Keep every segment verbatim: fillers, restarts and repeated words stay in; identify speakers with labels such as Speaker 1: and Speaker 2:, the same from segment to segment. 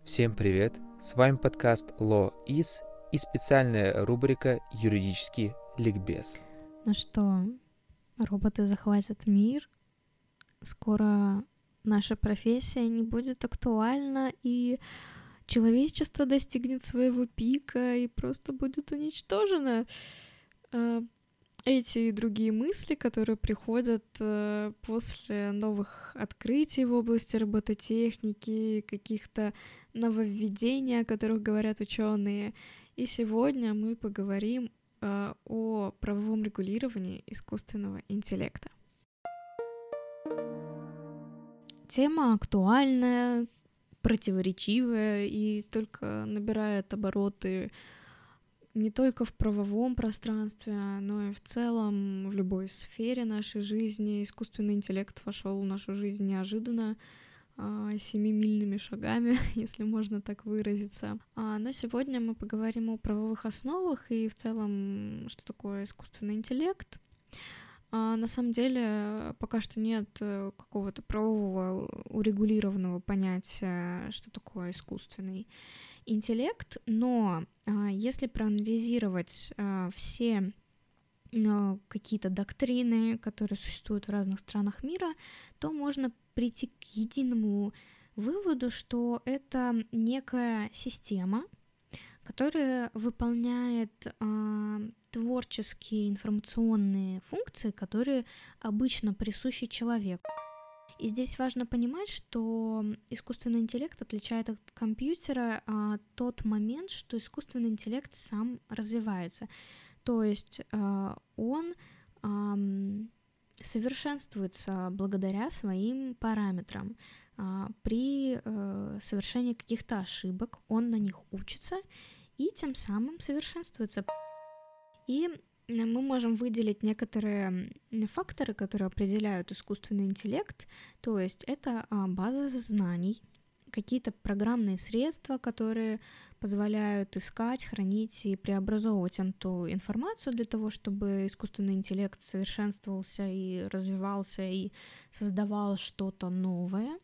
Speaker 1: Всем привет! С вами подкаст Law Is и специальная рубрика «Юридический ликбез».
Speaker 2: Ну что, роботы захватят мир, скоро наша профессия не будет актуальна, и человечество достигнет своего пика и просто будет уничтожено. Эти и другие мысли, которые приходят после новых открытий в области робототехники, каких-то нововведений, о которых говорят ученые. И сегодня мы поговорим о правовом регулировании искусственного интеллекта. Тема актуальная, противоречивая и только набирает обороты не только в правовом пространстве, но и в целом в любой сфере нашей жизни. Искусственный интеллект вошел в нашу жизнь неожиданно, семимильными шагами, если можно так выразиться. Но сегодня мы поговорим о правовых основах и в целом, что такое искусственный интеллект. На самом деле пока что нет какого-то правового урегулированного понятия, что такое искусственный интеллект, но если проанализировать все какие-то доктрины, которые существуют в разных странах мира, то можно прийти к единому выводу, что это некая система, которая выполняет э, творческие информационные функции, которые обычно присущи человеку. И здесь важно понимать, что искусственный интеллект отличает от компьютера а, тот момент, что искусственный интеллект сам развивается. То есть а, он а, совершенствуется благодаря своим параметрам. А, при а, совершении каких-то ошибок он на них учится и тем самым совершенствуется. И мы можем выделить некоторые факторы, которые определяют искусственный интеллект, то есть это база знаний, какие-то программные средства, которые позволяют искать, хранить и преобразовывать эту информацию для того, чтобы искусственный интеллект совершенствовался и развивался и создавал что-то новое.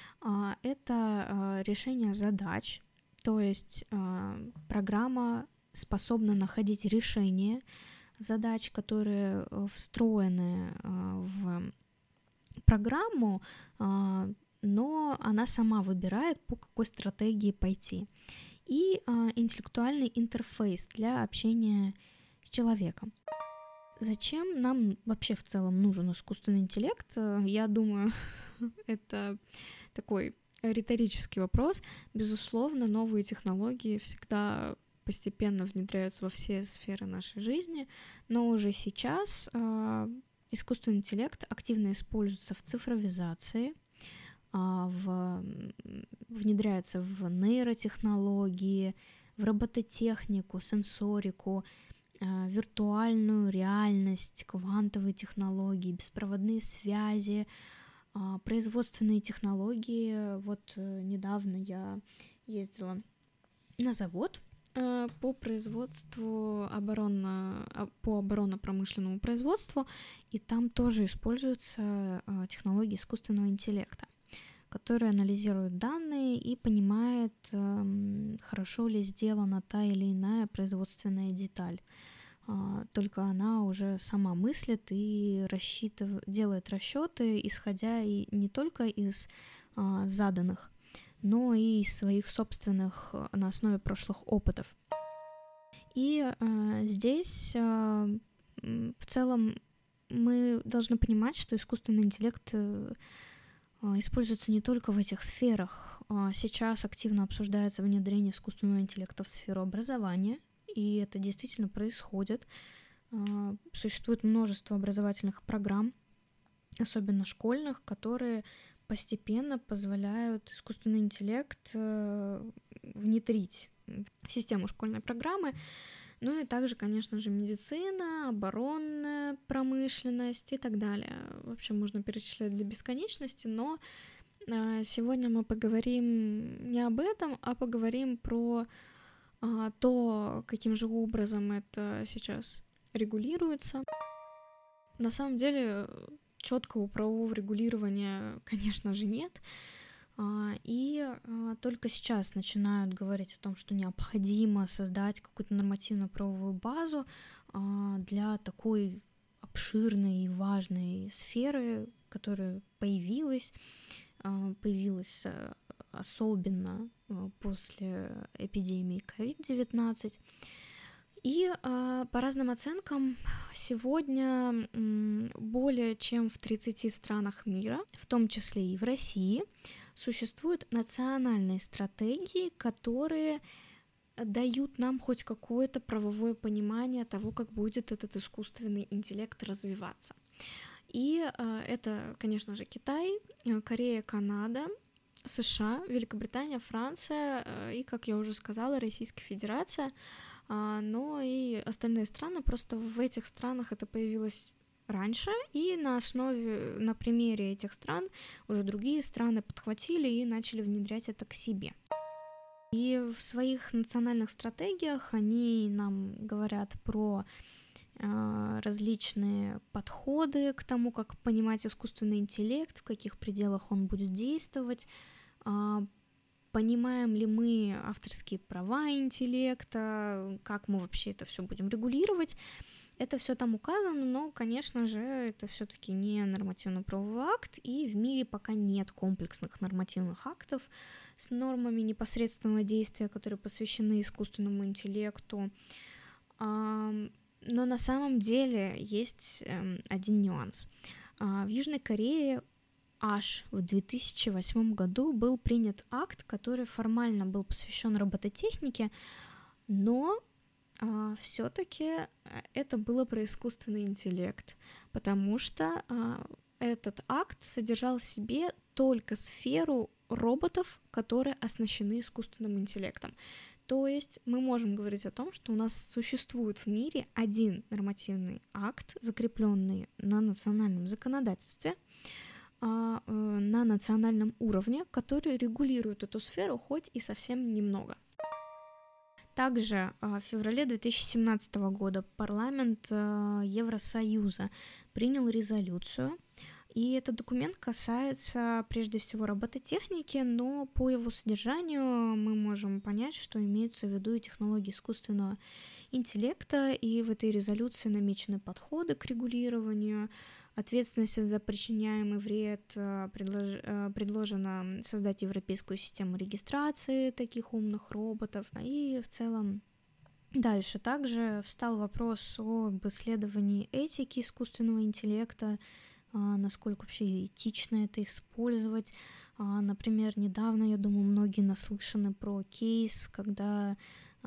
Speaker 2: Это решение задач, то есть программа способна находить решения задач, которые встроены в программу, но она сама выбирает, по какой стратегии пойти. И интеллектуальный интерфейс для общения с человеком. Зачем нам вообще в целом нужен искусственный интеллект? Я думаю, это такой риторический вопрос. Безусловно, новые технологии всегда постепенно внедряются во все сферы нашей жизни, но уже сейчас э, искусственный интеллект активно используется в цифровизации, э, в, внедряется в нейротехнологии, в робототехнику, сенсорику, э, виртуальную реальность, квантовые технологии, беспроводные связи, э, производственные технологии. Вот э, недавно я ездила на завод по производству оборонно, по оборонно-промышленному производству, и там тоже используются технологии искусственного интеллекта, которые анализируют данные и понимает, хорошо ли сделана та или иная производственная деталь. Только она уже сама мыслит и рассчитывает, делает расчеты, исходя и не только из заданных, но и из своих собственных на основе прошлых опытов. И э, здесь э, в целом мы должны понимать, что искусственный интеллект э, используется не только в этих сферах. Сейчас активно обсуждается внедрение искусственного интеллекта в сферу образования, и это действительно происходит. Э, существует множество образовательных программ, особенно школьных, которые постепенно позволяют искусственный интеллект э, внедрить в систему школьной программы. Ну и также, конечно же, медицина, оборонная промышленность и так далее. Вообще можно перечислять до бесконечности, но э, сегодня мы поговорим не об этом, а поговорим про э, то, каким же образом это сейчас регулируется. На самом деле четкого правового регулирования, конечно же, нет. И только сейчас начинают говорить о том, что необходимо создать какую-то нормативно-правовую базу для такой обширной и важной сферы, которая появилась, появилась особенно после эпидемии ковид девятнадцать. И э, по разным оценкам, сегодня м, более чем в тридцати странах мира, в том числе и в России, существуют национальные стратегии, которые дают нам хоть какое-то правовое понимание того, как будет этот искусственный интеллект развиваться. И э, это, конечно же, Китай, Корея, Канада, США, Великобритания, Франция э, и, как я уже сказала, Российская Федерация. Но и остальные страны, просто в этих странах это появилось раньше, и на основе, на примере этих стран уже другие страны подхватили и начали внедрять это к себе. И в своих национальных стратегиях они нам говорят про э, различные подходы к тому, как понимать искусственный интеллект, в каких пределах он будет действовать, э, понимаем ли мы авторские права интеллекта, как мы вообще это все будем регулировать. Это все там указано, но, конечно же, это все-таки не нормативно-правовой акт, и в мире пока нет комплексных нормативных актов с нормами непосредственного действия, которые посвящены искусственному интеллекту. Но на самом деле есть один нюанс. В Южной Корее аж в две тысячи восьмом году был принят акт, который формально был посвящен робототехнике, но а, все-таки это было про искусственный интеллект, потому что а, этот акт содержал в себе только сферу роботов, которые оснащены искусственным интеллектом. То есть мы можем говорить о том, что у нас существует в мире один нормативный акт, закрепленный на национальном законодательстве, на национальном уровне, который регулирует эту сферу хоть и совсем немного. Также в феврале две тысячи семнадцатого года парламент Евросоюза принял резолюцию, и этот документ касается прежде всего робототехники, но по его содержанию мы можем понять, что имеются в виду и технологии искусственного интеллекта, и в этой резолюции намечены подходы к регулированию, ответственность за причиняемый вред, предлож... предложено создать европейскую систему регистрации таких умных роботов. И в целом дальше также встал вопрос об исследовании этики искусственного интеллекта, насколько вообще этично это использовать. Например, недавно, я думаю, многие наслышаны про кейс, когда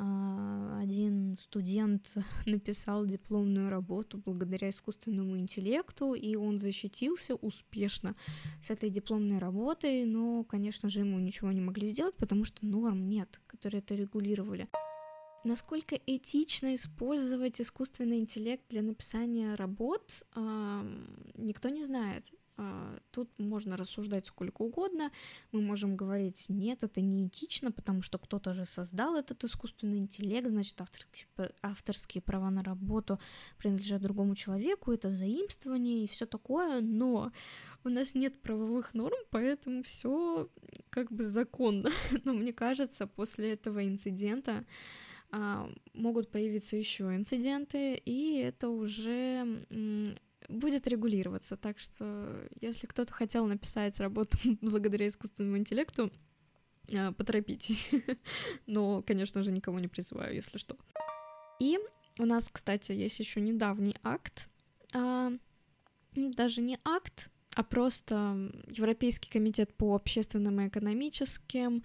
Speaker 2: один студент написал дипломную работу благодаря искусственному интеллекту, и он защитился успешно с этой дипломной работой, но, конечно же, ему ничего не могли сделать, потому что норм нет, которые это регулировали. Насколько этично использовать искусственный интеллект для написания работ, никто не знает. Тут можно рассуждать сколько угодно, мы можем говорить, нет, это не этично, потому что кто-то же создал этот искусственный интеллект, значит, авторские, авторские права на работу принадлежат другому человеку, это заимствование и все такое, но у нас нет правовых норм, поэтому все как бы законно. Но мне кажется, после этого инцидента а, могут появиться еще инциденты, и это уже м- будет регулироваться. Так что, если кто-то хотел написать работу благодаря искусственному интеллекту, а, поторопитесь. Но, конечно же, никого не призываю, если что. И у нас, кстати, есть еще недавний акт, а, даже не акт, а просто Европейский комитет по общественным и экономическим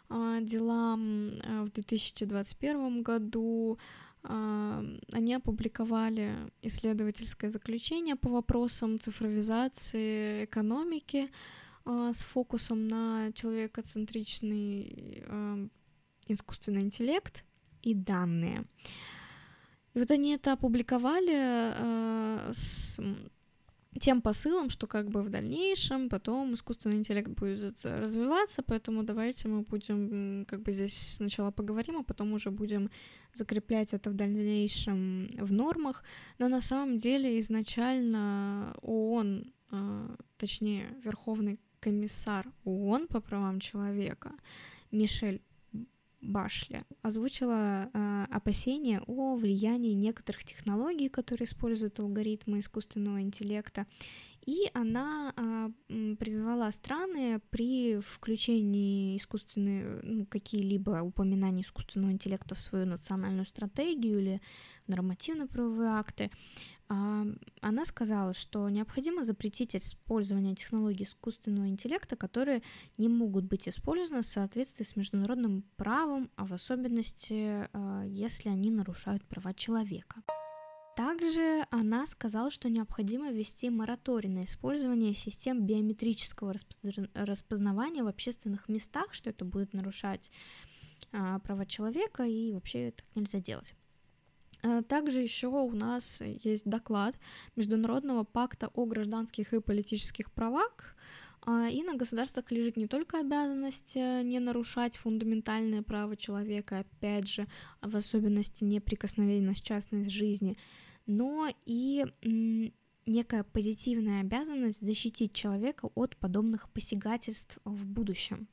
Speaker 2: делам в две тысячи двадцать первом году. Они опубликовали исследовательское заключение по вопросам цифровизации экономики с фокусом на человекоцентричный искусственный интеллект и данные. И вот они это опубликовали с тем посылом, что как бы в дальнейшем потом искусственный интеллект будет развиваться, поэтому давайте мы будем как бы здесь сначала поговорим, а потом уже будем закреплять это в дальнейшем в нормах. Но на самом деле изначально ООН, точнее Верховный комиссар ООН по правам человека Мишель Башле озвучила э, опасения о влиянии некоторых технологий, которые используют алгоритмы искусственного интеллекта, и она э, призвала страны при включении искусственной, ну, какие-либо упоминания искусственного интеллекта в свою национальную стратегию или нормативно-правовые акты. э, Она сказала, что необходимо запретить использование технологий искусственного интеллекта, которые не могут быть использованы в соответствии с международным правом, а в особенности, э, если они нарушают права человека. Также она сказала, что необходимо ввести мораторий на использование систем биометрического распознавания в общественных местах, что это будет нарушать а, права человека, и вообще так нельзя делать. Также еще у нас есть доклад Международного пакта о гражданских и политических правах, и на государствах лежит не только обязанность не нарушать фундаментальные права человека, опять же, в особенности неприкосновенность частной жизни, но и м, некая позитивная обязанность защитить человека от подобных посягательств в будущем.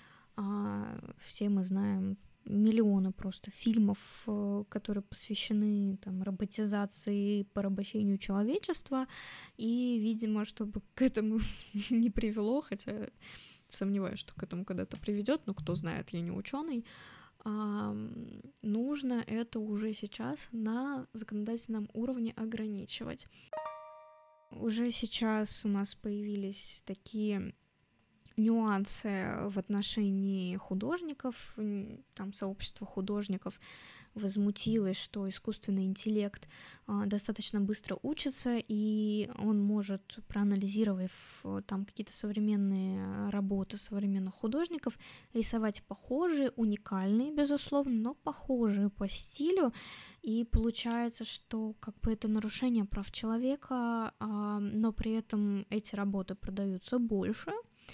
Speaker 2: А, все мы знаем миллионы просто фильмов, которые посвящены там, роботизации, порабощению человечества, и, видимо, чтобы к этому не привело, хотя сомневаюсь, что к этому когда-то приведет, но кто знает, я не ученый, а, нужно это уже сейчас на законодательном уровне ограничивать. Уже сейчас у нас появились такие нюансы в отношении художников, там сообщество художников возмутилось, что искусственный интеллект а, достаточно быстро учится, и он может, проанализировав там какие-то современные работы современных художников, рисовать похожие, уникальные, безусловно, но похожие по стилю, и получается, что как бы это нарушение прав человека, а, но при этом эти работы продаются больше.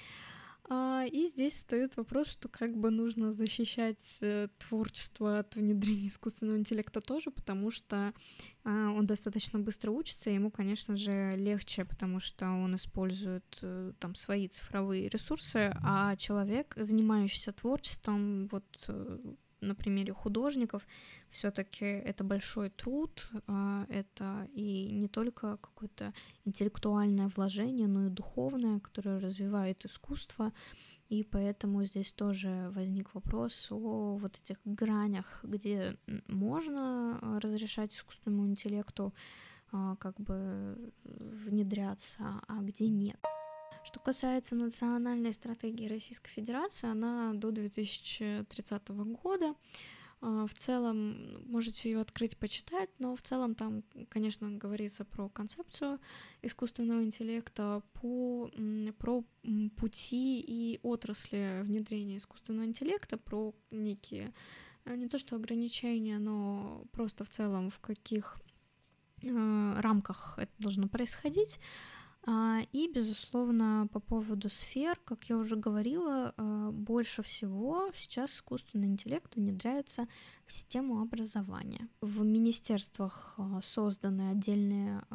Speaker 2: И здесь встаёт вопрос, что как бы нужно защищать творчество от внедрения искусственного интеллекта тоже, потому что он достаточно быстро учится, ему, конечно же, легче, потому что он использует там свои цифровые ресурсы, а человек, занимающийся творчеством, вот на примере художников, все-таки это большой труд, это и не только какое-то интеллектуальное вложение, но и духовное, которое развивает искусство, и поэтому здесь тоже возник вопрос о вот этих гранях, где можно разрешать искусственному интеллекту как бы внедряться, а где нет. Что касается национальной стратегии Российской Федерации, она до две тысячи тридцатого года. В целом, можете ее открыть, почитать, но в целом там, конечно, говорится про концепцию искусственного интеллекта, по, про пути и отрасли внедрения искусственного интеллекта, про некие, не то что ограничения, но просто в целом в каких рамках это должно происходить. И, безусловно, по поводу сфер, как я уже говорила, больше всего сейчас искусственный интеллект внедряется в систему образования. В министерствах созданы отдельные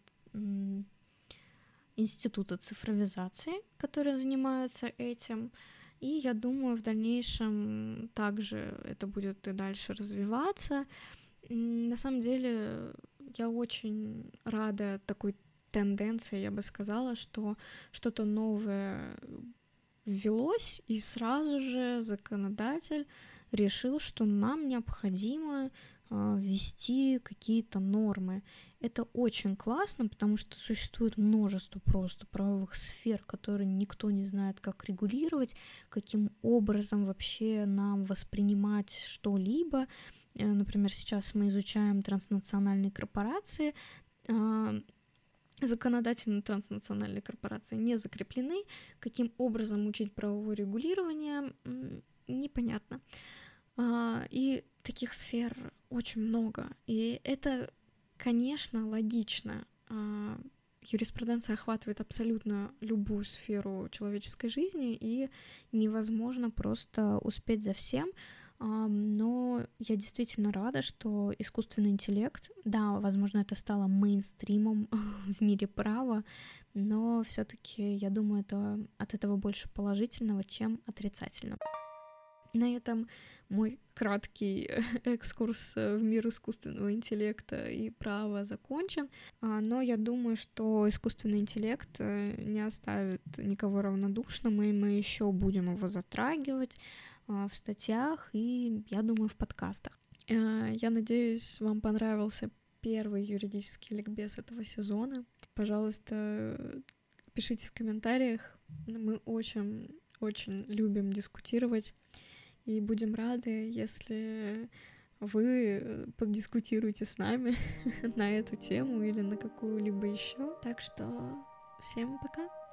Speaker 2: институты цифровизации, которые занимаются этим. И я думаю, в дальнейшем также это будет и дальше развиваться. На самом деле, я очень рада такой тенденция, я бы сказала, что что-то новое ввелось, и сразу же законодатель решил, что нам необходимо э, ввести какие-то нормы. Это очень классно, потому что существует множество просто правовых сфер, которые никто не знает, как регулировать, каким образом вообще нам воспринимать что-либо. Э, например, сейчас мы изучаем транснациональные корпорации, э, законодательно транснациональные корпорации не закреплены. Каким образом учить правовое регулирование, непонятно. И таких сфер очень много. И это, конечно, логично. Юриспруденция охватывает абсолютно любую сферу человеческой жизни, и невозможно просто успеть за всем. но я действительно рада, что искусственный интеллект, да, возможно, это стало мейнстримом в мире права, но все-таки, я думаю, это от этого больше положительного, чем отрицательного. На этом мой краткий экскурс в мир искусственного интеллекта и права закончен, но я думаю, что искусственный интеллект не оставит никого равнодушным, и мы еще будем его затрагивать в статьях и, я думаю, в подкастах. Я надеюсь, вам понравился первый юридический ликбез этого сезона. Пожалуйста, пишите в комментариях. Мы очень-очень любим дискутировать. И будем рады, если вы подискутируете с нами на эту тему или на какую-либо еще. Так что всем пока!